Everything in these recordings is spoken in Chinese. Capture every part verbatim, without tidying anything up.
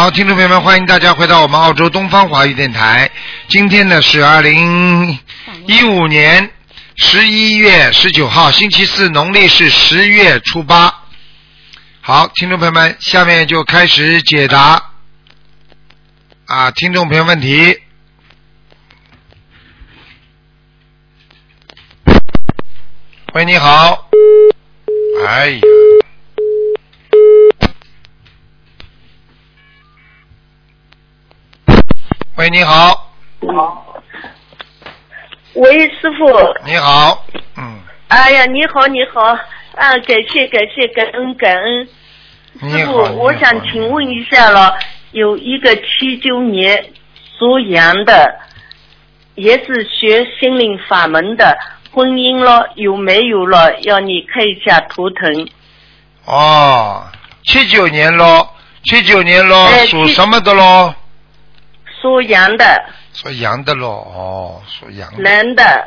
好，听众朋友们，欢迎大家回到我们澳洲东方华语电台。今天呢是二零一五年十一月十九号，星期四，农历是十月初八。好，听众朋友们，下面就开始解答啊，听众朋友问题。喂，你好。哎呀。喂，你好。 喂，师傅。 你好。嗯。 哎呀，你好，你好，啊，感谢感谢，感恩感恩。师傅，我想请问一下了，有一个七九年属羊的，也是学心灵法门的，婚姻了有没有了？要你看一下图腾。 哦，七九年咯，七九年咯，哎、属什么的咯？ 属羊的。 属羊的咯，哦，属羊的。 男的。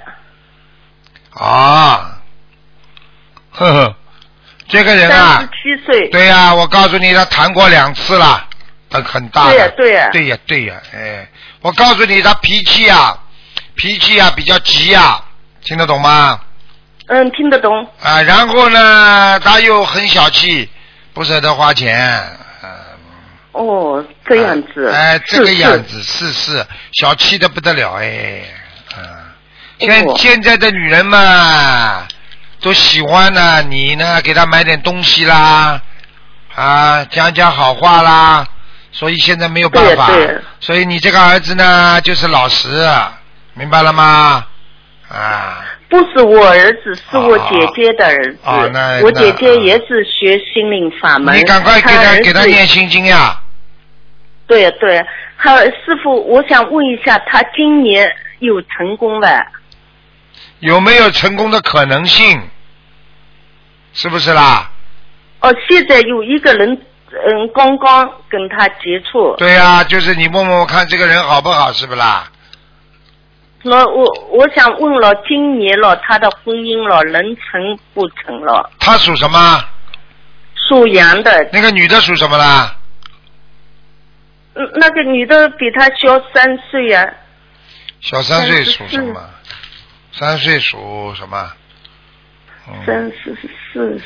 啊，呵呵，这个人啊， 三十七岁。 对呀、啊，我告诉你，他谈过两次了，他很大的。 对呀、啊，对呀、啊。 对呀、啊，对呀、啊，哎，我告诉你，他脾气啊，脾气啊比较急啊，听得懂吗？ 嗯，听得懂。 啊，然后呢，他又很小气，不舍得花钱。 哦，这样子。 哎、呃，这个样子是是小气的不得了哎，嗯、呃，现、哦、现在的女人嘛，都喜欢呢，你呢给她买点东西啦，啊，讲讲好话啦，所以现在没有办法， 对对， 所以你这个儿子呢就是老实，明白了吗？啊。 不是我儿子，是我姐姐的儿子。 哦、那我姐姐也是学心灵法门。 你赶快给他给他念心经呀。 对呀对呀，还有师傅，我想问一下，他今年有成功了？ 有没有成功的可能性？是不是啦？ 哦，现在有一个人，嗯，刚刚跟他接触。 对呀、啊，就是你问问我看这个人好不好，是不是啦？ 那我我想问了，今年了，他的婚姻了，能成不成了？ 他属什么？ 属羊的。 那个女的属什么啦？ 嗯，那个女的比他小三岁呀、啊。 小三岁属什么？三岁属什么？ 嗯、三十四。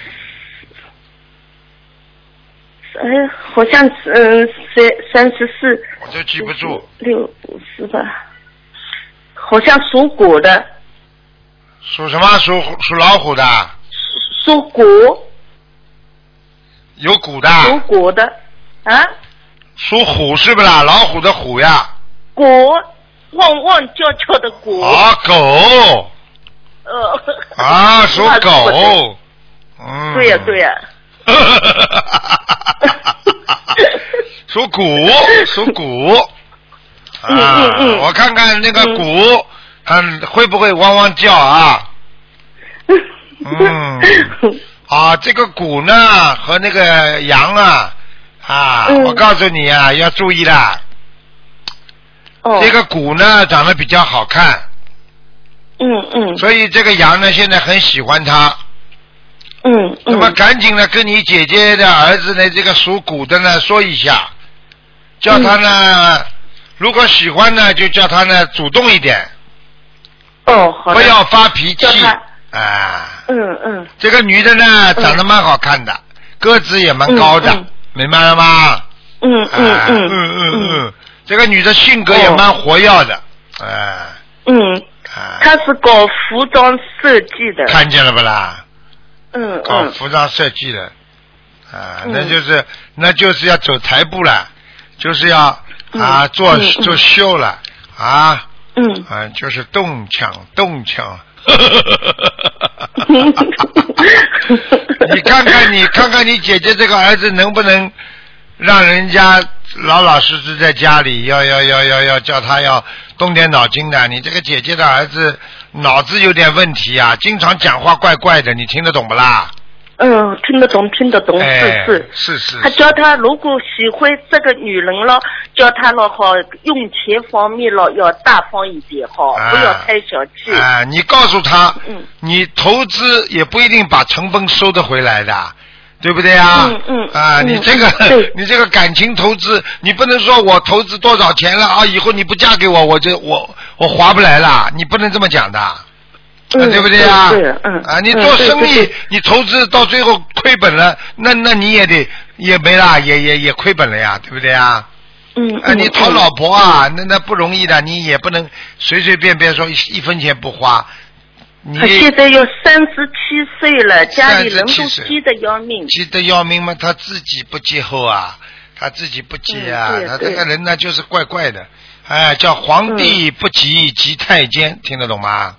哎，好像嗯三三十四。 我就记不住。 六五十吧。好像属狗的。 属什么？属属老虎的。 属狗。 有虎的。 属狗的。啊？ 属虎是不啦？老虎的虎呀。 狗，汪汪叫叫的狗。 啊，狗。 呃。 啊，属狗。 嗯。对呀、啊、对呀、 啊。属虎，属虎。啊、 嗯嗯嗯， 我看看那个鼓，看会不会汪汪叫啊？嗯，啊，这个鼓呢和那个羊啊，啊， 嗯、 我告诉你啊，要注意啦。 哦。 这个鼓呢长得比较好看。 嗯嗯。 所以这个羊呢现在很喜欢它。 嗯嗯。 那么赶紧的跟你姐姐的儿子呢，这个属虎的呢说一下，叫他呢。嗯，如果喜欢呢，就叫他呢主动一点。 哦，好的。 不要发脾气。啊。 嗯嗯。 这个女的呢，长得蛮好看的，嗯、个子也蛮高的，嗯嗯、明白了吗？ 嗯嗯嗯、啊、 嗯嗯嗯。这个女的性格也蛮活跃的，哎、哦。啊、 嗯。啊。她是搞服装设计的。 看见了不啦？ 嗯嗯。 搞服装设计的，啊，嗯、那就是那就是要走台步了，就是要。啊， 嗯、 做嗯、 做秀了啊！ 嗯， 啊，就是动枪动枪。你看看你看看你姐姐这个儿子能不能让人家老老实实在家里，要要要要要叫他要动点脑筋的。你这个姐姐的儿子脑子有点问题啊，经常讲话怪怪的，你听得懂不啦？ 嗯，听得懂，听得懂， 哎、 是是是是。 他叫他如果喜欢这个女人了，叫他了好用钱方面了要大方一点好，啊、不要太小气。 啊，你告诉他， 嗯， 你投资也不一定把成本收得回来的， 对不对啊？ 嗯嗯。 啊， 嗯你这个对你这个感情投资，你不能说我投资多少钱了啊，以后你不嫁给我，我就我我划不来了，你不能这么讲的。 嗯、 啊，对不对啊？ 对，嗯。 啊，你做生意， 嗯、对对对你投资到最后亏本了，那那你也得也没啦，也也也亏本了呀，对不对啊？ 嗯。 啊，你讨老婆啊，那那不容易的，你也不能随随便便说一一分钱不花。你现在要三十七岁了，家里人都急得要命。 急得要命嘛，他自己不接后啊，他自己不接啊， 嗯、 他这个人呢就是怪怪的。哎，叫皇帝不急急太监，听得懂吗？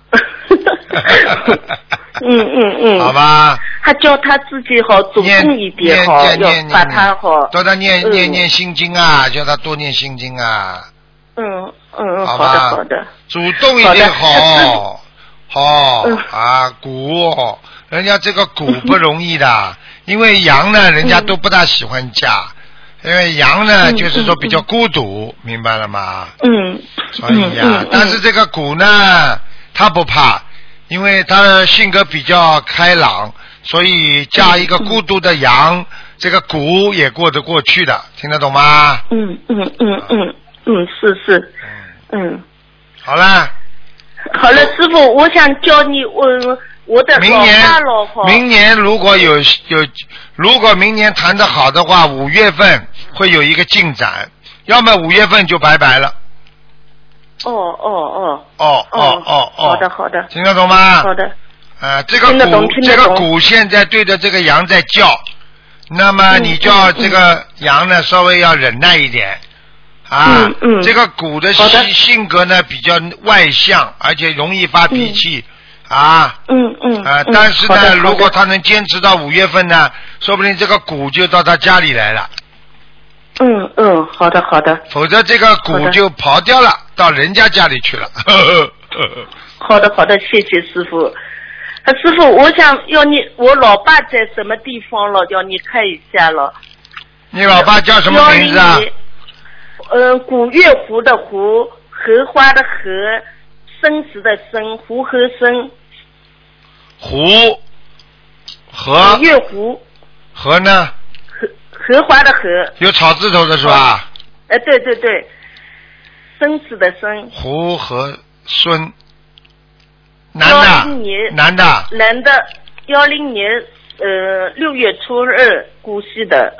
嗯嗯嗯。 好吧。 他叫他自己好主动一点好，要把他好。 叫他念念念心经啊，叫他多念心经啊。 嗯嗯嗯， 好的好的。 主动一点好。好啊，蛊，人家这个蛊不容易的，因为羊呢，人家都不大喜欢嫁。因为羊呢， 嗯、 就是说比较孤独，嗯、明白了吗？ 嗯。 所以呀、啊嗯， 但是这个蛊呢，他不怕，因为他的性格比较开朗，所以嫁一个孤独的羊，嗯、这个蛊也过得过去的，听得懂吗？ 嗯嗯嗯嗯嗯，是是。嗯。嗯。 好了。 好了，师傅，我想教你我。我的老爸老婆， 明年如果有有，如果明年谈得好的话，五月份会有一个进展，要么五月份就拜拜了。 哦哦哦。 哦哦哦哦。 好的好的。 听得懂吗？ 好的。 呃，这个鼓这个鼓现在对着这个羊在叫，那么你叫这个羊呢、嗯嗯、稍微要忍耐一点。啊， 嗯嗯。 这个鼓的性性格呢比较外向，而且容易发脾气。 嗯啊， 嗯嗯， 呃，但是呢，如果他能坚持到五月份呢，说不定这个蛊就到他家里来了。 嗯嗯，好的好的。 否则这个蛊就跑掉了，到人家家里去了。 好的好的，谢谢师傅。啊，师傅，我想要你，我老爸在什么地方了？要你看一下了。 你老爸叫什么名字啊？ 呃，古月湖的湖，荷花的荷，生死的生，湖和生。 湖，荷。 月湖。 荷呢？ 荷荷花的荷。 有草字头的是吧？ 哎、呃，对对对，生死的生。 胡和孙。男的。男的。 男的，幺零年呃六月初二古稀的。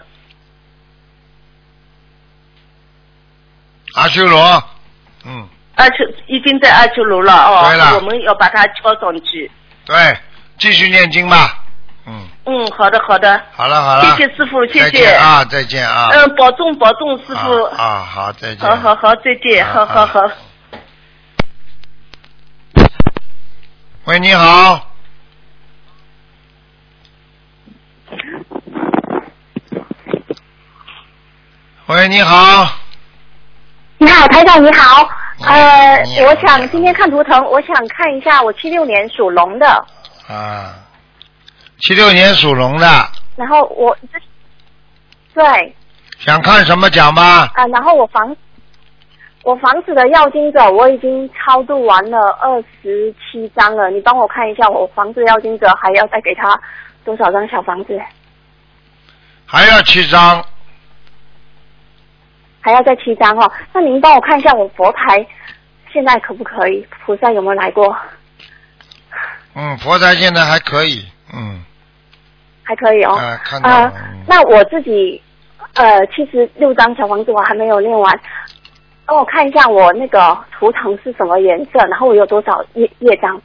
阿修罗，嗯。 阿修已经在阿修罗了哦， 对了， 我们要把它敲上去。 对，继续念经吧。嗯。 嗯，好的好的。 好了好了。 谢谢师傅，谢谢。 再见啊，再见啊。 嗯，保重保重，师傅。 啊，啊好，再见。 好好好，再见，啊、好好好。 喂，你好。喂，你好。 你好，台长你好，呃，我想今天看图腾，我想看一下我七六年属龙的。 啊，七六年属龙的。 然后我，对。 想看什么讲吧？ 啊，然后我房，我房子的要经者我已经超度完了二十七张了，你帮我看一下我房子要经者还要再给他多少张小房子？ 还要七张。 还要再七张哦，那您帮我看一下我佛台现在可不可以？菩萨有没有来过？ 嗯，佛台现在还可以，嗯， 还可以哦。 啊、呃，看到了。 呃嗯、那我自己呃七十六张小房子我还没有念完，帮我看一下我那个图腾是什么颜色，然后我有多少业业障？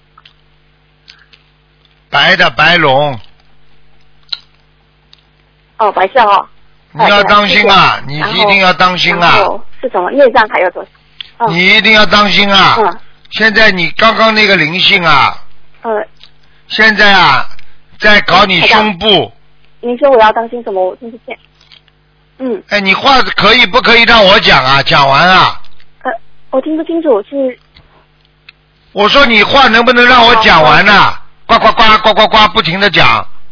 白的白龙。 哦，白色哦。 你要当心啊！你一定要当心啊！ 是什么业障还有多少？ 哦、你一定要当心啊！ 嗯。 现在你刚刚那个灵性啊。 嗯。 现在啊，在搞你胸部。 您说我要当心什么？我听不见。嗯。 哎，你话可以不可以让我讲啊？讲完啊。 呃，我听不清楚是。 我说你话能不能让我讲完呢、啊？呱呱呱呱呱呱，不停的讲。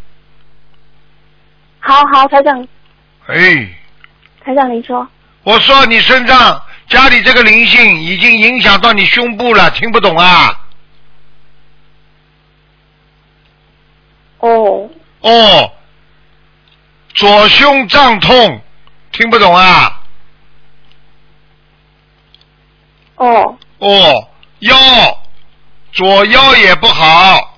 好好，台长。 哎， 台长您说。 我说你身上家里这个灵性已经影响到你胸部了，听不懂啊？ 哦。 哦， 左胸胀痛，听不懂啊？ 哦。 哦，腰，左腰也不好。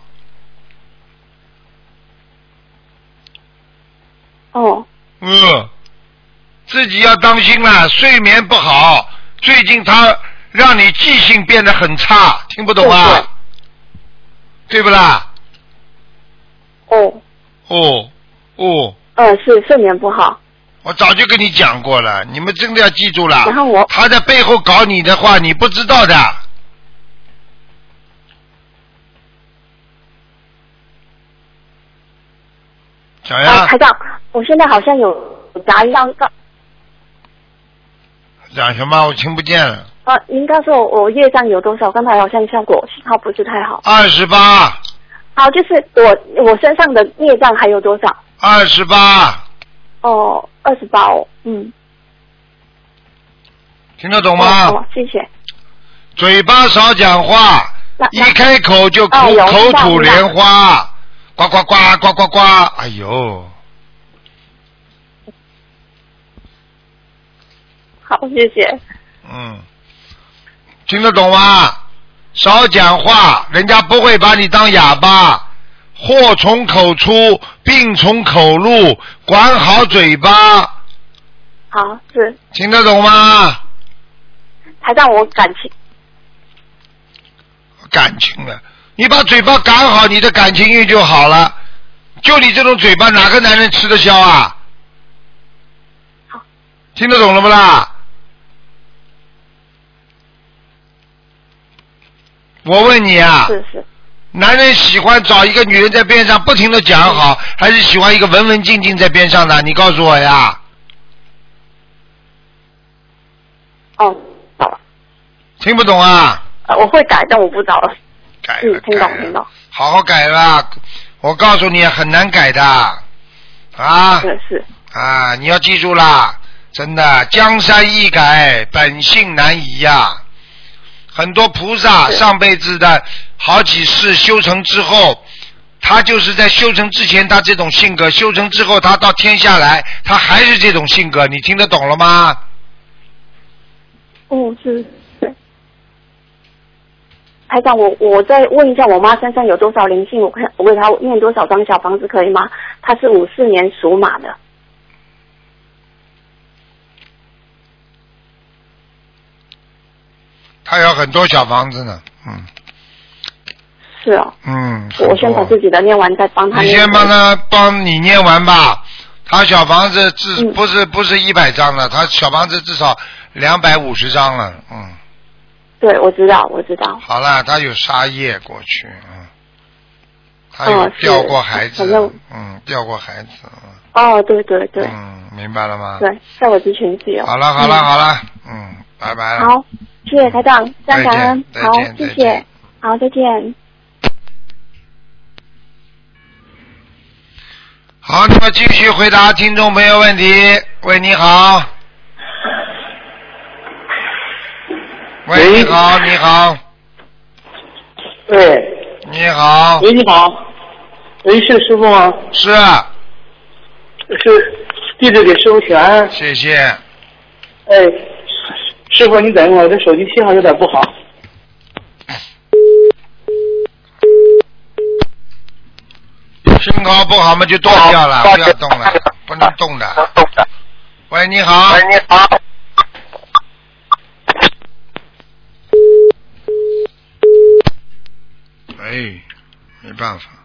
哦。 嗯，自己要当心了，睡眠不好，最近他让你记性变得很差，听不懂啊？对, 对不啦？ 哦。 哦，哦。 呃，是睡眠不好。 我早就跟你讲过了，你们真的要记住了。 然后我他在背后搞你的话，你不知道的。讲呀。 啊，台长，我现在好像有杂音到。 讲什么？我听不见了。 啊，您告诉我我业障有多少？刚才好像效果信号不是太好。 二十八。 好，就是我我身上的业障还有多少？ 二十八。 哦，二十八哦，嗯。 听得懂吗？ 哦，谢谢。 嘴巴少讲话，一开口就口、哦、口吐莲花，呱呱呱呱呱呱，哎呦！ 好，谢谢。 嗯，听得懂吗？少讲话，人家不会把你当哑巴。祸从口出，病从口入，管好嘴巴。 好，是。 听得懂吗？ 台长，我感情。 感情了，你把嘴巴赶好，你的感情运就好了。就你这种嘴巴，哪个男人吃得消啊？ 好。 听得懂了不啦？我问你啊。 是是。 男人喜欢找一个女人在边上不停的讲好，还是喜欢一个文文静静在边上的？你告诉我呀。 哦，懂了。 听不懂啊？ 呃，我会改，但我不找了。 改了， 嗯，听懂听懂。 好好改了，我告诉你很难改的。啊。 是是。 啊，你要记住啦，真的，江山易改，本性难移呀。很多菩萨上辈子的好几世修成之后，他就是在修成之前他这种性格，修成之后他到天下来，他还是这种性格，你听得懂了吗？ 哦，是是。台长，我我再问一下，我妈身上有多少灵性？我看我给她念多少张小房子可以吗？她是五四年属马的。 他有很多小房子呢，嗯。 是哦。 嗯。 我先把自己的念完，再帮他念。 你先帮他帮你念完吧。他小房子至、嗯、不是不是一百张了，他小房子至少两百五十张了，嗯。 对，我知道，我知道。 好了，他有杀业过去，嗯。他有掉过孩子， 哦、 嗯，掉过孩子。 哦，对对对。 嗯，明白了吗？ 对，在我之前是有。 好了好了、嗯、好了，嗯，拜拜了。 好。谢谢台长，非常感恩，好，谢谢，好，再见。 好，那么继续回答听众朋友问题。喂，你好。喂，你好，你好。 喂。 你好。 喂，你好。喂，是师傅吗？ 是。 是，弟子给师傅请安。 谢谢。 哎。师傅，你等一会儿，这手机信号有点不好。 信号不好嘛，就断掉了，不要动了，不能动的。喂，你好。 喂，你好。 哎，没办法。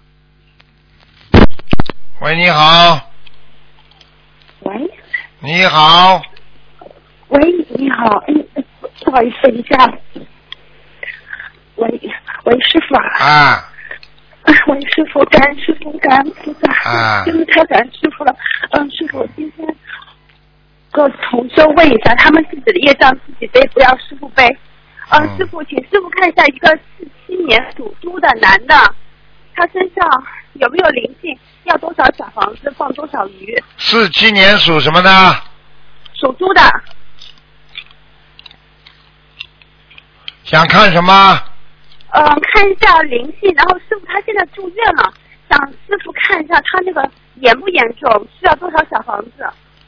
喂，你好。 喂。 你好。 喂，你好，哎，不好意思，一下。喂，喂，师傅啊。 啊。 喂，师傅，感恩师傅，感恩菩萨， 啊， 真的太感恩师傅了。嗯，师傅，我今天各同修问一下，他们自己的业障自己背，不要师傅背。嗯，嗯师傅，请师傅看一下一个四七年属猪的男的，他身上有没有灵性？要多少小房子？放多少鱼？ 四七年属什么呢？ 属猪的。 想看什么？ 呃，看一下灵性，然后师傅他现在住院了，想师傅看一下他那个严不严重？需要多少小房子？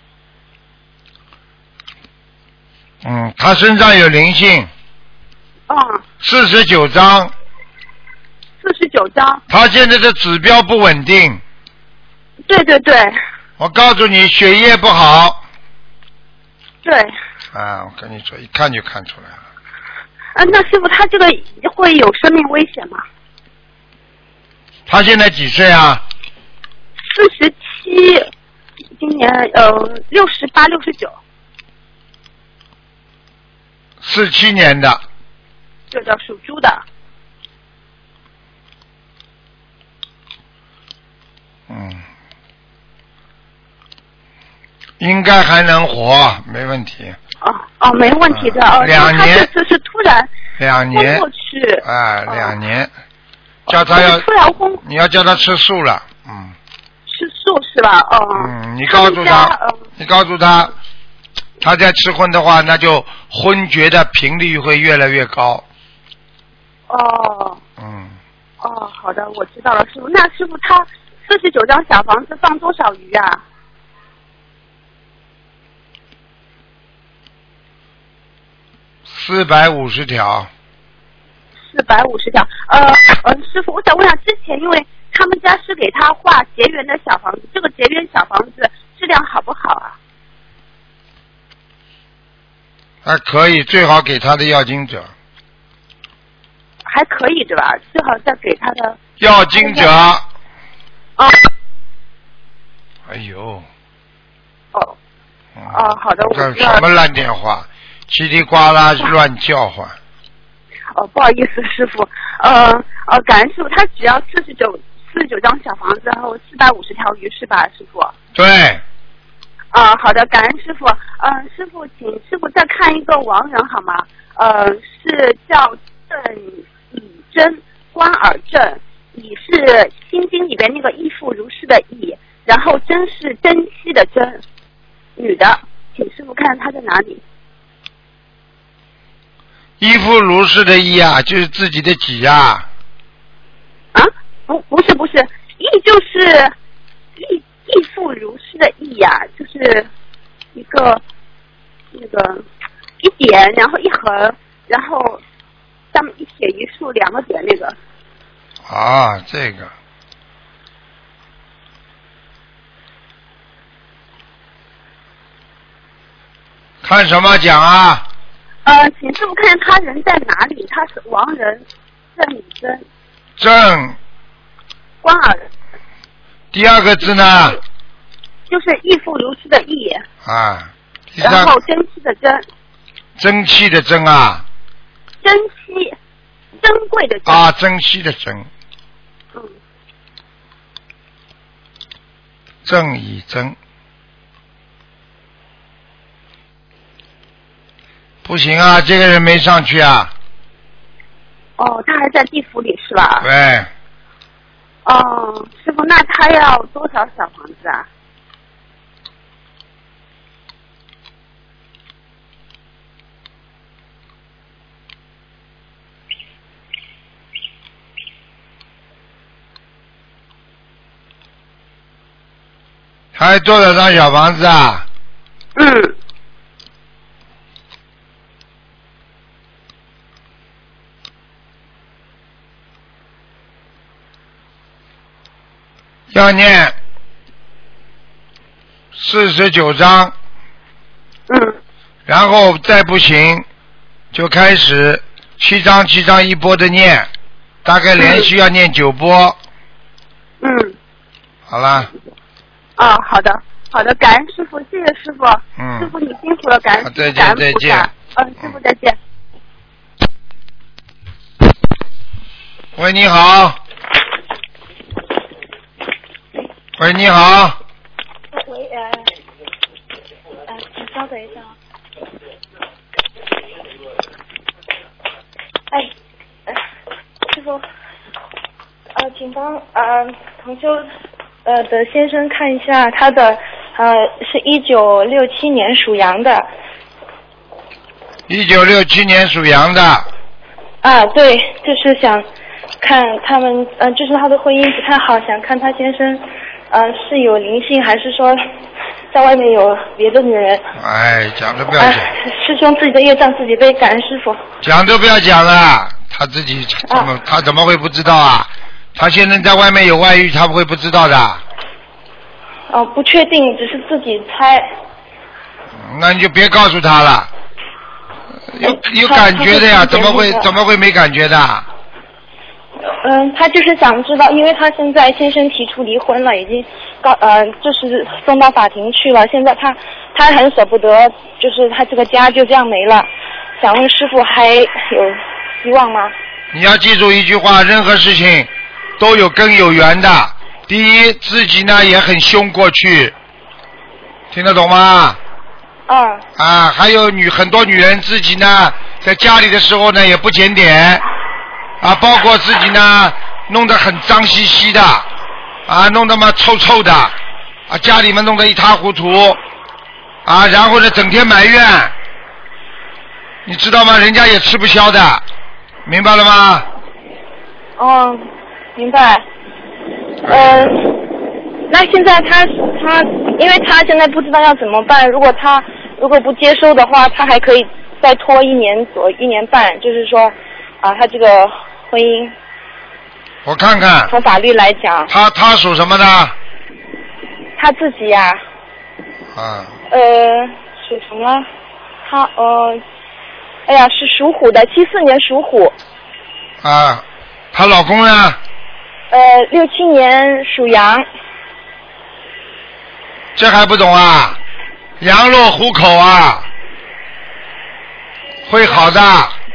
嗯，他身上有灵性。 嗯。 四十九张。 四十九张。 他现在的指标不稳定。 对对对。 我告诉你，血液不好。 对。 啊，我跟你说，一看就看出来了。 啊，那师傅他这个会有生命危险吗？ 他现在几岁啊？ 四十七，今年呃六十八、六十九。 四七年的。 对的，属猪的。 嗯。应该还能活，没问题。 哦哦，没问题的。 嗯、两年。 他这次是突然两年昏过去。 哎，两年。叫他要。 突然昏。 你要叫他吃素了，嗯。 吃素是吧？哦。 嗯，你告诉他， 嗯、 你告诉他，他再吃荤的话，那就昏厥的频率会越来越高。 哦。 嗯。 哦，好的，我知道了，师傅。那师傅他四十九张小房子放多少鱼啊？ 四百五十条。 四百五十条。呃呃，师傅，我想问下，之前因为他们家是给他画结缘的小房子，这个结缘小房子质量好不好啊？ 还可以，最好给他的要经者。 还可以对吧？最好再给他的。 要经者。 哦。 哎呦。 哦。哦，好的，我知道。 这什么烂电话？叽里呱啦乱叫唤。 哦，不好意思，师傅，呃呃，感恩师傅，他只要四十九四十九张小房子，然后四百五十条鱼是吧，师傅？ 对。 啊、呃，好的，感恩师傅。嗯、呃，师傅，请师傅再看一个亡人好吗？呃，是叫郑以真，关尔正，以是心经里边那个亦复如是的亦，然后真是珍惜的珍，女的，请师傅看她在哪里。 亦复如是的亦啊，就是自己的己啊。 啊，不，不是不是，亦就是亦亦复如是的亦呀、啊，就是一个那个一点，然后一横，然后上面一撇一竖两个点那个。 啊，这个。看什么讲啊？ 呃，请师傅看他人在哪里？他是亡人郑以真。 郑。 关尔。 第二个字呢？ 就是亦复如是的亦。 啊。 然后珍惜的珍。 珍惜的珍啊。 珍惜，珍贵的珍。 啊，珍惜的珍。 嗯。 郑以真。不行啊，这个人没上去啊。 哦，他还在地府里是吧？ 对。 哦，师傅，那他要多少小房子啊？ 还有多少张小房子啊？ 嗯。 要念四十九章， 嗯， 然后再不行就开始七章七章一波的念，大概连续要念九波。 嗯， 好了。 哦，好的，好的，感恩师傅，谢谢师傅。 嗯， 师傅你辛苦了，感恩再见感恩再见。 嗯，师傅再见。 喂，你好。喂，你好。 喂，呃，呃，请稍等一下啊。哎，呃，师傅，呃，请帮呃同修呃的先生看一下他的呃是一九六七年属羊的。 一九六七年属羊的。 啊，对，就是想看他们，呃，就是他的婚姻不太好，想看他先生。 呃是有灵性，还是说在外面有别的女人？ 哎，讲都不要讲。 哎、师兄自己的业障自己背，感恩师傅。 讲都不要讲了，他自己怎么、啊、他怎么会不知道啊？他现在在外面有外遇，他不会不知道的。 哦，不确定，只是自己猜。 那你就别告诉他了。有有感觉的呀，怎么会怎么会没感觉的？ 嗯，他就是想知道，因为他现在先生提出离婚了，已经告呃，就是送到法庭去了。现在他他很舍不得，就是他这个家就这样没了。想问师傅还有希望吗？ 你要记住一句话，任何事情都有根有源的。第一，自己呢也很凶过去，听得懂吗？ 嗯。 啊，还有女很多女人自己呢，在家里的时候呢也不检点，啊，包括自己呢弄得很脏兮兮的，啊，弄得嘛臭臭的，啊，家里面弄得一塌糊涂，啊，然后呢整天埋怨，你知道吗？人家也吃不消的，明白了吗？ 哦，明白。呃，那现在他他，因为他现在不知道要怎么办。如果他如果不接收的话，他还可以再拖一年左一年半，就是说啊，他这个婚姻。 我看看。 从法律来讲。 他他属什么的？ 他自己呀、 啊。啊。 呃，属什么？他呃，哎呀，是属虎的，七四年属虎。 啊，她老公呢？ 呃，六七年属羊。 这还不懂啊？羊落虎口啊，会好的。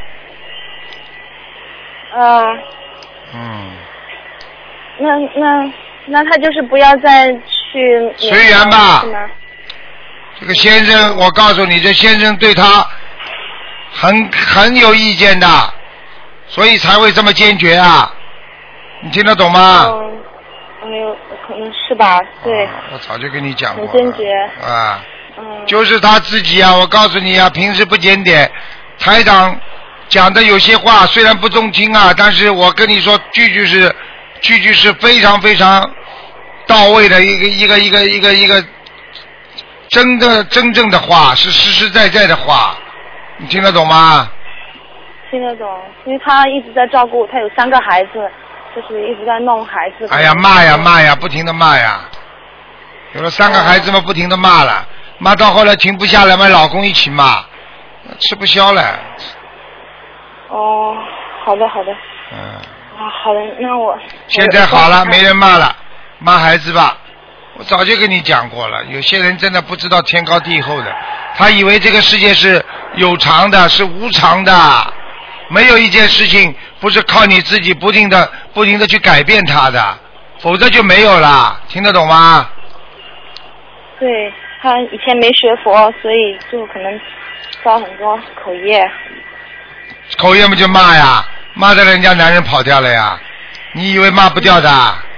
啊。 嗯。 那那那他就是不要再去。 随缘吧。这个先生，我告诉你，这先生对他很很有意见的，所以才会这么坚决啊。你听得懂吗？ 嗯，没有，可能是吧，对。 啊、我早就跟你讲过了。 很坚决。 啊。 嗯。 就是他自己啊，我告诉你啊，平时不检点，台长讲的有些话虽然不中听啊，但是我跟你说，句句是句句是非常非常到位的一个一个一个一个一个真的真正的话，是实实在在的话，你听得懂吗？ 听得懂，因为他一直在照顾，他有三个孩子。就是一直在弄孩子。 哎呀，骂呀骂呀，不停的骂呀，有了三个孩子嘛，不停的骂了，骂到后来停不下来嘛，老公一起骂，吃不消了。 哦，好的好的。 嗯。 啊，好的，那我。 现在好了，没人骂了，骂孩子吧。我早就跟你讲过了，有些人真的不知道天高地厚的，他以为这个世界是有常的，是无常的。没有一件事情不是靠你自己不停的不停的去改变它的，否则就没有了，听得懂吗？ 对，他以前没学佛，所以就可能造很多口业。 口业嘛就骂呀，骂的人家男人跑掉了呀，你以为骂不掉的？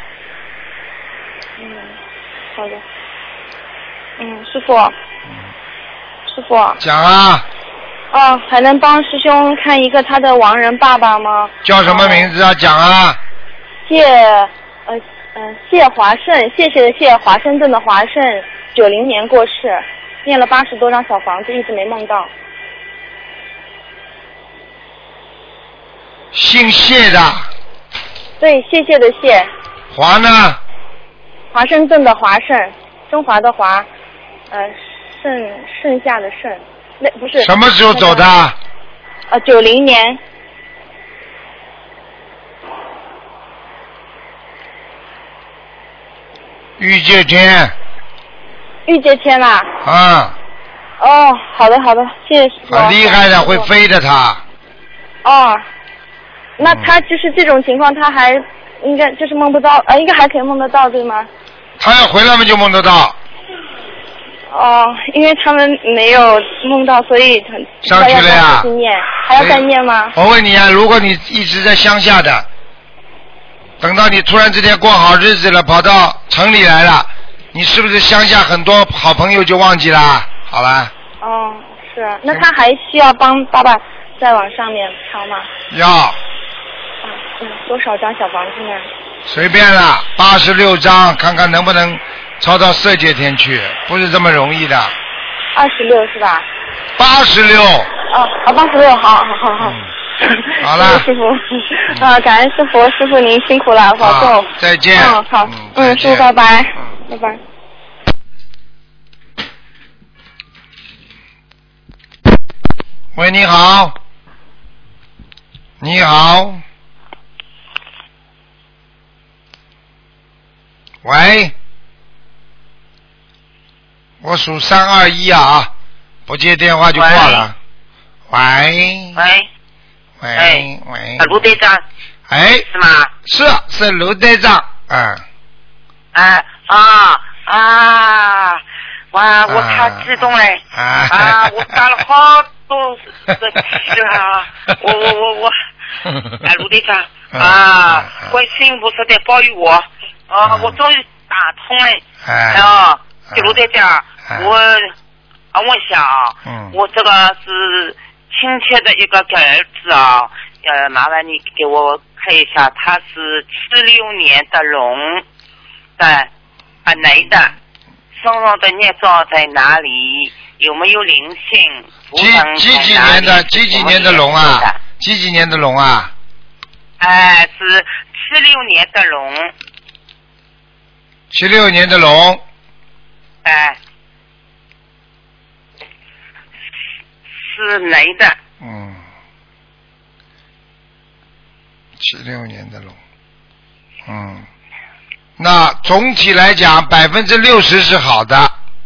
嗯，好的。嗯，师傅。嗯。师傅。 讲啊。 哦，还能帮师兄看一个他的亡人爸爸吗？ 叫什么名字啊？讲啊。 谢呃嗯、呃、谢华胜，谢谢的谢，华盛顿的华胜，九零年过世，念了八十多张小房子，一直没梦到。 姓谢的。 对，谢谢的谢。 华呢？ 华盛顿的华胜，中华的华，呃剩剩下的剩。那不是什么时候走的？啊， 九零年。 玉界天。 玉界天啦。 啊。 哦，好的好的，谢谢师傅。 很厉害的，会飞的他。 哦，那他就是这种情况，他还应该就是梦不到，呃，应该还可以梦得到，对吗？ 他要回来嘛就梦得到。 哦，因为他们没有梦到，所以上去了呀。 还要再念吗？ 我问你啊，如果你一直在乡下的，等到你突然之间过好日子了，跑到城里来了，你是不是乡下很多好朋友就忘记了？好了。 哦，是，那他还需要帮爸爸再往上面抄吗？ 要。 嗯，多少张小房子呢？ 随便了，八十六章，看看能不能抄到色界天去，不是这么容易的。 二十六是吧？ 八十六。 哦，哦，八十六，好好好好。 嗯、好了， 师傅，啊，感恩师傅，师傅您辛苦了，保重。 再见。 嗯，好， 嗯， 嗯，师傅拜拜， 嗯、 拜拜。 喂，你好。你好。喂。我数三二一啊，不接电话就挂了。喂。 喂。 喂喂。 卢队长。 哎。 是吗？ 是是卢队长，嗯。 啊啊啊！哇，我太激动了！ 啊， 啊我打了好多的气啊！我我我我，哎，卢队长啊，观世音菩萨在保佑我啊！我终于打通了。 哎。 啊，卢队长，我啊，我想啊，我这个是亲切的一个儿子啊，呃，麻烦你给我看一下，他是七六年的龙，对，啊，男的，身上的孽障在哪里？有没有灵性？ 几几几年的？几几年的龙啊？几几年的龙啊？ 哎，是七六年的龙。 七六年的龙。 哎。是男的。 嗯。七六年的龙。嗯。那总体来讲，百分之六十是好的。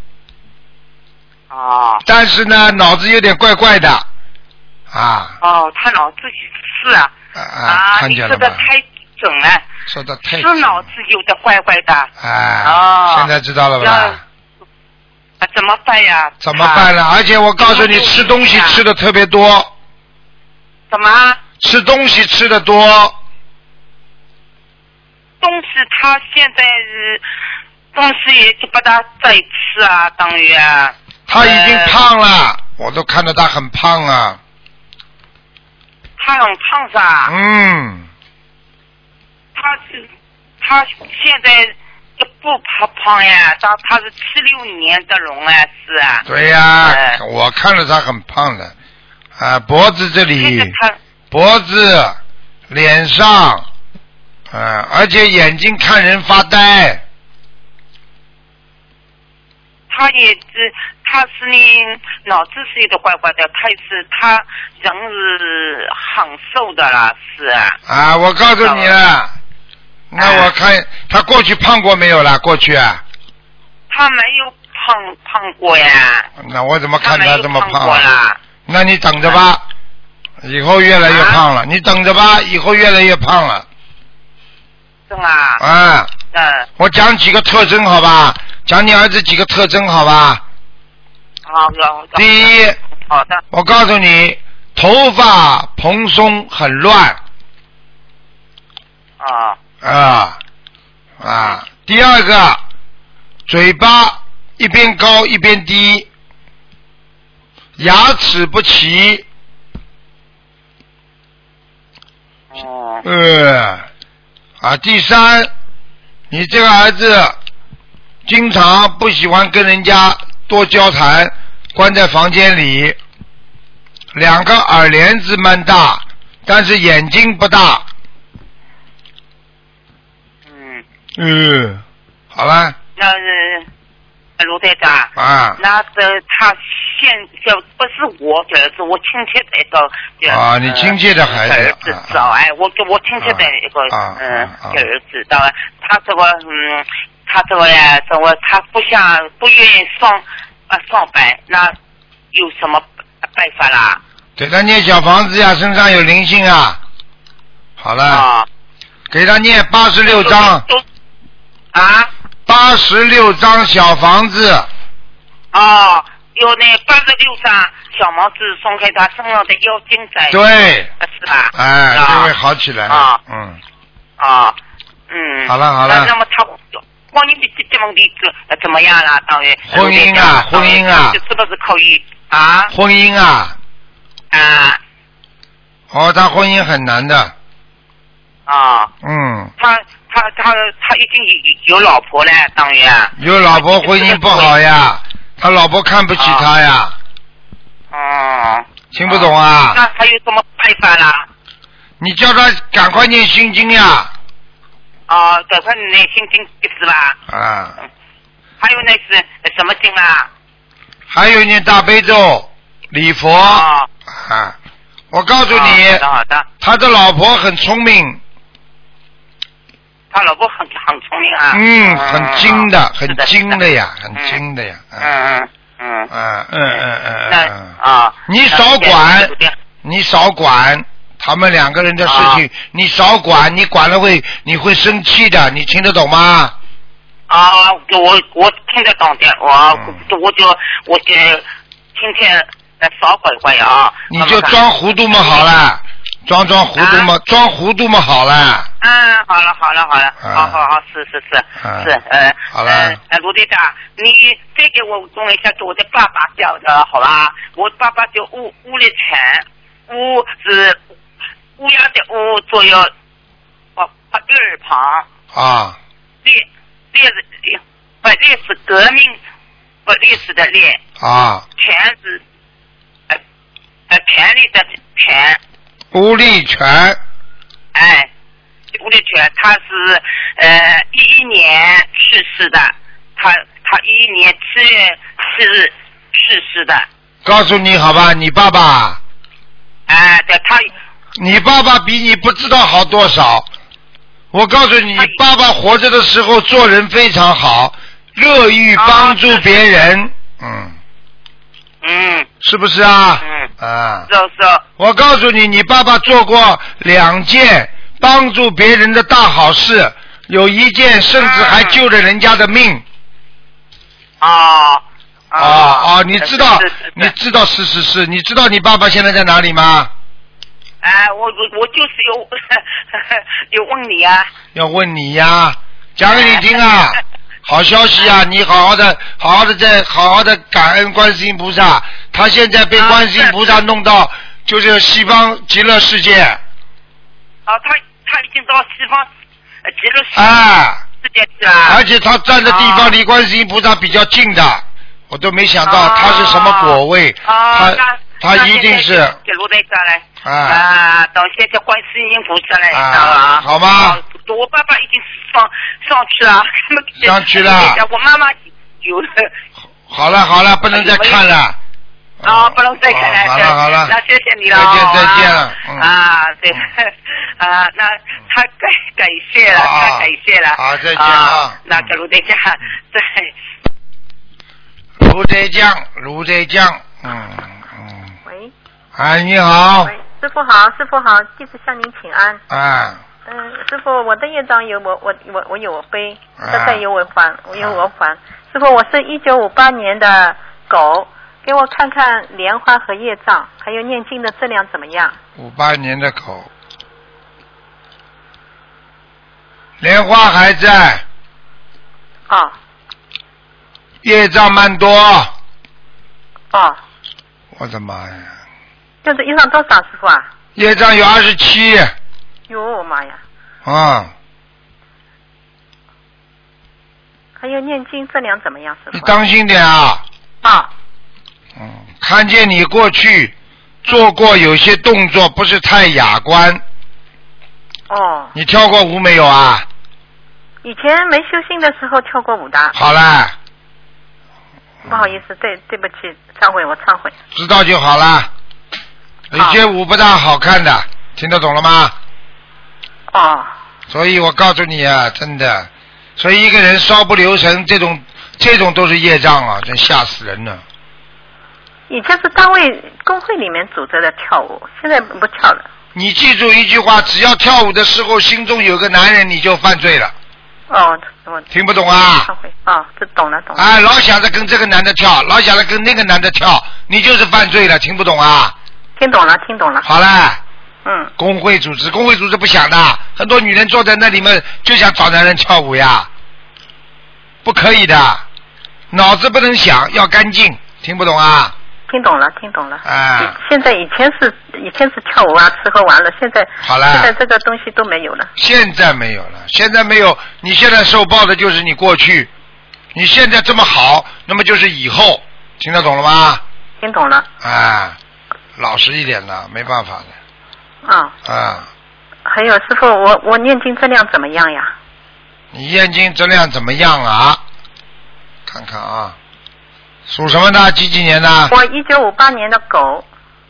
哦。 但是呢，脑子有点怪怪的。啊。 哦，他脑子是啊。 啊啊！看见了吧？ 你说的太准了。 说的太准。 是脑子有的怪怪的。 哎。 哦。 现在知道了吧？ 啊，怎么办呀？ 怎么办呢？而且我告诉你，吃东西吃的特别多。 什么？ 吃东西吃的多。 东西他现在东西也就不大在吃啊，等于啊。 他已经胖了，呃、我都看到他很胖啊。 他很胖是吧？ 嗯。 他是他现在就不胖胖呀，他他是七六年的龙啊，是啊。 对呀、啊呃，我看了他很胖的，啊，脖子这里，脖子、脸上。啊，而且眼睛看人发呆。 他也是，他是你脑子是有点怪怪的，他也是他人是很瘦的啦，是啊。 啊，我告诉你了，那我看、啊、他过去胖过没有啦？过去啊。 他没有胖胖过呀。 那我怎么看他这么胖？ 胖过啦。 那你等着吧，啊、以后越来越胖了。啊、你等着吧，以后越来越胖了。 是吗？ 啊， 嗯， 我讲几个特征好吧？讲你儿子几个特征好吧？ 好的。 第一， 好的。 我告诉你，头发蓬松很乱。 啊。 啊啊！第二个，嘴巴一边高一边低，牙齿不齐。 哦。 呃。啊，第三，你这个儿子经常不喜欢跟人家多交谈，关在房间里，两个耳帘子蛮大，但是眼睛不大。 嗯。 嗯，好了。 那是卢队长。 啊。 那是他现在不是我的儿子，我亲戚的一个。 啊，你亲戚的孩子。 儿子知道哎，我我亲戚的一个嗯儿子，知道吧？他这个嗯，他这个呀，这个他不想不愿意上啊上班，那有什么办法啦？ 给他念小房子呀，身上有灵性啊。好了。啊。给他念八十六章。 啊。 八十六张小房子。 哦，有那八十六张小房子送给他身上的妖精仔。 对。 是吧？ 哎，就会好起来。 啊。 嗯。 啊。嗯。 好了好了。 那么他婚姻的这问题怎怎么样了？当然。 婚姻啊，婚姻啊。 是不是可以啊？ 婚姻啊。 啊。 哦，他婚姻很难的。 啊。 嗯。 他他他他已经有有老婆了，当于有老婆婚姻不好呀，他老婆看不起他呀。 哦。 听不懂啊？ 那还有什么办法啦？ 你叫他赶快念心经呀。 啊，赶快念心经是吧？ 啊。 还有那是什么经啊？ 还有念大悲咒、礼佛。啊。啊我告诉你， 好的好的， 他的老婆很聪明。 他老婆很很聪明啊。 嗯，很精的，很精的呀，很精的呀。 嗯嗯嗯嗯嗯嗯嗯嗯啊！ 你少管，你少管他们两个人的事情，你少管，你管了会你会生气的，你听得懂吗？ 啊，我我听得懂的，我我就我就今天少管管啊。 你就装糊涂嘛好了，装装糊涂嘛，装糊涂嘛好了。 嗯，好了好了好了，好好好，是是是是，呃， 好了。 呃，卢队长，你再给我问一下我的爸爸叫的好吧？我爸爸叫吴吴立全，吴是乌鸦的乌，左右哦，把月儿旁。 啊。 烈烈是烈，不烈是革命不烈士的烈。 啊。 权是呃呃权力的权。 吴立全。 哎。吴立全，他是呃一一年去世的，他他一一年七月七日去世的。 告诉你好吧，你爸爸。 哎，对他。 你爸爸比你不知道好多少。我告诉你，爸爸活着的时候做人非常好，乐于帮助别人。嗯。 嗯。 是不是啊？ 嗯。 啊。 是是。 我告诉你，你爸爸做过两件帮助别人的大好事，有一件甚至还救了人家的命。 啊啊啊！你知道？你知道是是是？你知道你爸爸现在在哪里吗？ 哎，我我我就是有有问你啊。 要问你呀，讲给你听啊！好消息啊！你好好的，好好的在好好的感恩观世音菩萨。他现在被观世音菩萨弄到就是西方极乐世界。 啊，他他已经到西方呃极乐世界。 啊。 世界去了。 而且他站的地方离观世音菩萨比较近的，我都没想到他是什么果位。 啊。 他他一定是。 给卢队长来。 啊。 啊，到现在观世音菩萨来，知道吧？好吗？ 我爸爸已经上上去了。 上去了。 我妈妈有了。 好了好了，不能再看了。 啊，不能再看了。 好了好了。 那谢谢你了。 再见再见了。 啊，对。啊，那太感感谢了，太感谢了。 好，再见啊。 那个卢队长，对。 卢队长，卢队长，嗯嗯。 喂。 哎，你好。 喂，师傅好，师傅好，弟子向您请安。 啊。 嗯，师傅，我的业障有我我我我有我背，现在有我还，我有我还。师傅，我是一九五八年的狗，给我看看莲花和业障，还有念经的质量怎么样？ 五八年的狗，莲花还在。 哦。 业障蛮多。 哦。 我的妈呀！ 这是业障多少，师傅啊？ 业障有二十七。 哟妈呀！ 啊！ 还有念经质量怎么样，师傅？ 你当心点啊！ 啊。 嗯，看见你过去做过有些动作不是太雅观。 哦。 你跳过舞没有啊？ 以前没修心的时候跳过舞的。 好啦。 不好意思，对对不起，忏悔，我忏悔。 知道就好啦。有些舞不大好看的，听得懂了吗？ 哦。 所以我告诉你啊，真的，所以一个人稍不留神，这种这种都是业障啊，真吓死人了。 以前是单位工会里面组织的跳舞，现在不跳了。 你记住一句话，只要跳舞的时候心中有个男人，你就犯罪了。 哦，我听不懂啊？ 哦，这懂了懂了。 哎，老想着跟这个男的跳，老想着跟那个男的跳，你就是犯罪了，听不懂啊？ 听懂了，听懂了。 好了。 嗯。 工会组织，工会组织不想的，很多女人坐在那里面就想找男人跳舞呀，不可以的，脑子不能想，要干净，听不懂啊？ 听懂了，听懂了。 啊。 现在以前是以前是跳舞啊，吃喝玩乐，现在好了， 现在这个东西都没有了。 现在没有了，现在没有，你现在受报的就是你过去，你现在这么好，那么就是以后，听得懂了吗？ 听懂了。 啊，老实一点了，没办法的。 啊。 啊。 还有师傅，我我念经质量怎么样呀？ 你念经质量怎么样啊？看看啊，属什么的？几几年的？ 我一九五八年的狗。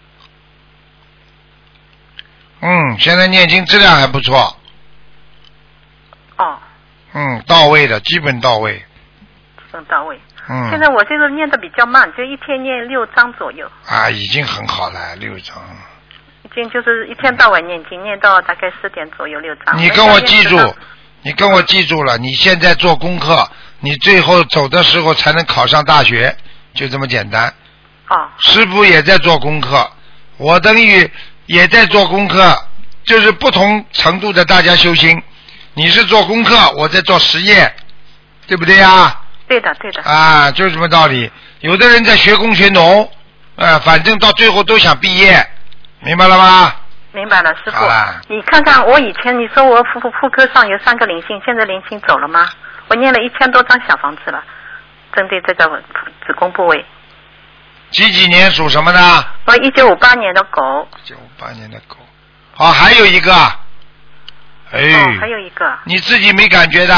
嗯，现在念经质量还不错。 哦。 嗯，到位的，基本到位。 基本到位。 嗯。 现在我这个念的比较慢，就一天念六章左右。 啊，已经很好了，六章。 已经就是一天到晚念经，念到大概十点左右六章。 你跟我记住，你跟我记住了，你现在做功课，你最后走的时候才能考上大学，就这么简单。 哦。 师父也在做功课，我等于也在做功课，就是不同程度的大家修心。你是做功课，我在做实验，对不对呀？ 对的，对的。 啊，就是这么道理。有的人在学工学农，呃，反正到最后都想毕业，明白了吗？ 明白了，师傅。 好啦。 你看看我以前你说我妇妇妇科上有三个灵性，现在灵性走了吗？我念了一千多张小房子了，针对这个子宫部位。 几几年属什么的？ 我一九五八年的狗。 一九五八年的狗。好，还有一个。哎。 哦，还有一个。 你自己没感觉的？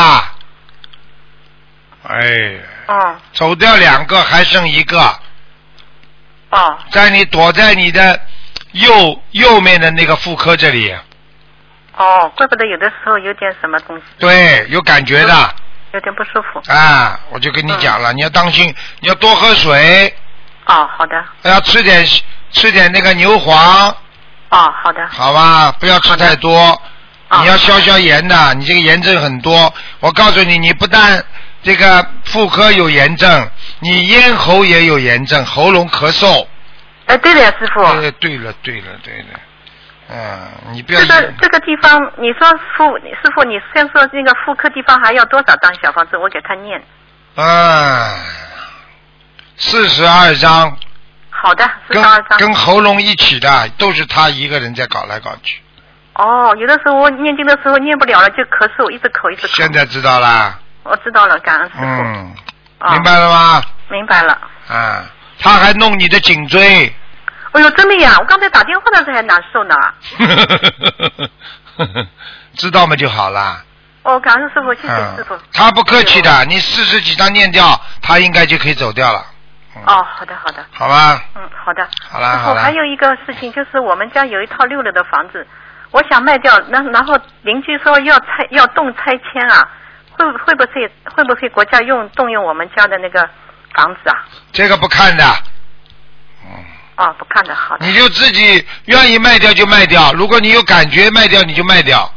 哎。 哦。 走掉两个，还剩一个。 哦。 在你躲在你的右右面的那个妇科这里。 哦，怪不得有的时候有点什么东西。 对，有感觉的。 有点不舒服。 啊，我就跟你讲了，嗯、你要当心，你要多喝水。 哦，好的。 要吃点吃点那个牛黄。 哦，好的。 好吧，不要吃太多。你要消消炎的，你这个炎症很多。我告诉你，你不但这个妇科有炎症，你咽喉也有炎症，喉咙咳嗽。 哎，对了，师傅。 哎，对了，对了，对了。嗯，你不要。 这个这个地方，你说妇师傅，你先说那个妇科地方还要多少张小房子？我给他念。 啊，四十二张。 好的，四十二张。 跟喉咙一起的，都是他一个人在搞来搞去。 哦，有的时候我念经的时候念不了了，就咳嗽，一直咳一直咳。 现在知道啦。 我知道了，感恩师傅。 嗯。哦、明白了吗？ 明白了。 啊，他还弄你的颈椎。 哎呦，真的呀！我刚才打电话的时候还难受呢。 知道嘛就好了。 哦，感恩师傅，谢谢师傅。 嗯、他不客气的，你四十几张念掉，他应该就可以走掉了。 嗯、哦，好的，好的。 好吧。 嗯，好的。 好了，好了。 还有一个事情，就是我们家有一套六楼的房子，我想卖掉，然然后邻居说要拆，要动拆迁啊，会会不会会不会国家用动用我们家的那个房子啊？ 这个不看的。 嗯。哦，不看的，好的。 你就自己愿意卖掉就卖掉，如果你有感觉卖掉你就卖掉。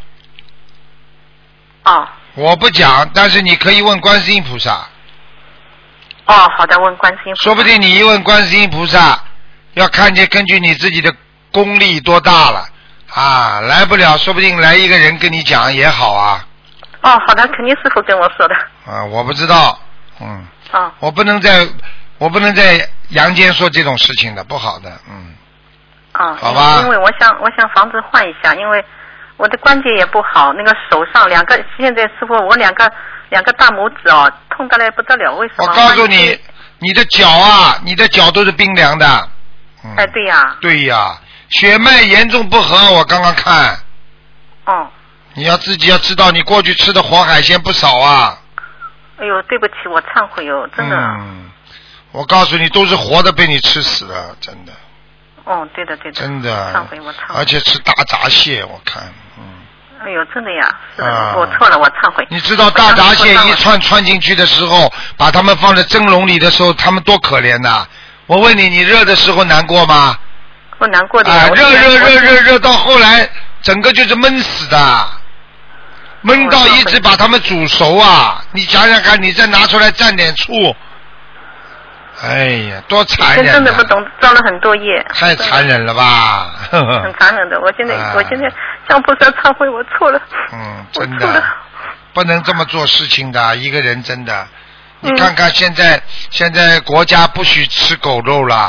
哦。 我不讲，但是你可以问观世音菩萨。 哦，好的，问观世音菩萨。 说不定你一问观世音菩萨，要看见根据你自己的功力多大了啊，来不了，说不定来一个人跟你讲也好啊。 哦，好的，肯定师傅跟我说的。 啊，我不知道，嗯。 啊。 我不能在，我不能在阳间说这种事情的，不好的，嗯。 啊。 好吧。 因为我想，我想房子换一下，因为我的关节也不好，那个手上两个，现在师傅我两个两个大拇指哦，痛得来不得了，为什么？ 我告诉你，你的脚啊，你的脚都是冰凉的。嗯、 哎，对呀。 对呀，血脉严重不和，我刚刚看。 哦。 你要自己要知道，你过去吃的活海鲜不少啊。 哎呦，对不起，我忏悔哦，真的。 嗯。我告诉你，都是活的被你吃死了，真的。 哦，对的对的。 真的。 忏悔，我忏悔。 而且吃大闸蟹，我看，嗯。 哎呦，真的呀，是的， 啊、 我错了，我忏悔。 你知道大闸蟹一串串进去的时候，把它们放在蒸笼里的时候，它们多可怜呐！我问你，你热的时候难过吗？ 我难过的。 啊，热热热热热到后来，整个就是闷死的，闷到一直把它们煮熟啊！你想想看，你再拿出来蘸点醋。哎呀，多残忍！ 真的不懂，造了很多业。 太残忍了吧！ 很残忍的，我现在、啊、我现在向菩萨忏悔，我错了。 嗯，真的，不能这么做事情的。一个人真的，你看看现在，嗯、现在国家不许吃狗肉了，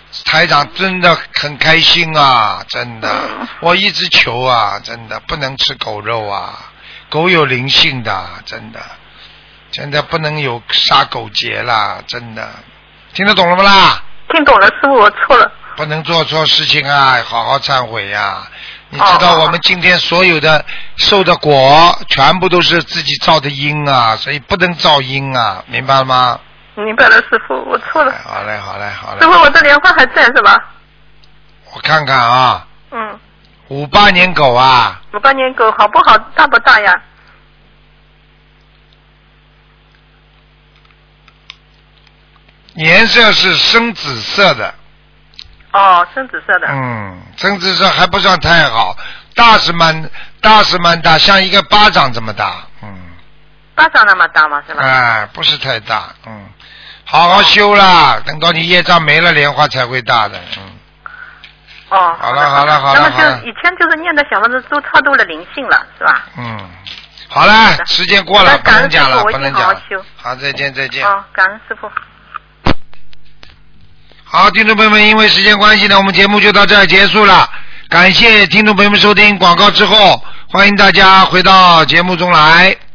台长真的很开心啊，真的，我一直求啊，真的不能吃狗肉啊，狗有灵性的，真的，真的不能有杀狗节啦，真的，听得懂了不啦？ 听懂了，师傅，我错了。 不能做错事情啊，好好忏悔呀、啊！你知道我们今天所有的受的果，全部都是自己造的因啊，所以不能造因啊，明白了吗？ 明白了，师傅，我错了。 好嘞，好嘞，好嘞。 师傅，我的莲花还在是吧？ 我看看啊。 嗯。 五八年狗啊。 五八年狗好不好？大不大呀？ 颜色是深紫色的。 哦，深紫色的。 嗯，深紫色还不算太好，大是蛮大是蛮大，像一个巴掌这么大。嗯。 巴掌那么大吗？是吧？ 哎，不是太大。嗯。好好修啦，哦、等到你业障没了，莲花才会大的。嗯。 哦。 好了好了好了。 那么就以前就是念的小房子都超度了灵性了，是吧？ 嗯。好了，时间过了，不能讲了，不能讲。好，再见再见。 哦，感恩师傅。 好，听众朋友们，因为时间关系呢，我们节目就到这儿结束了。感谢听众朋友们收听广告之后，欢迎大家回到节目中来。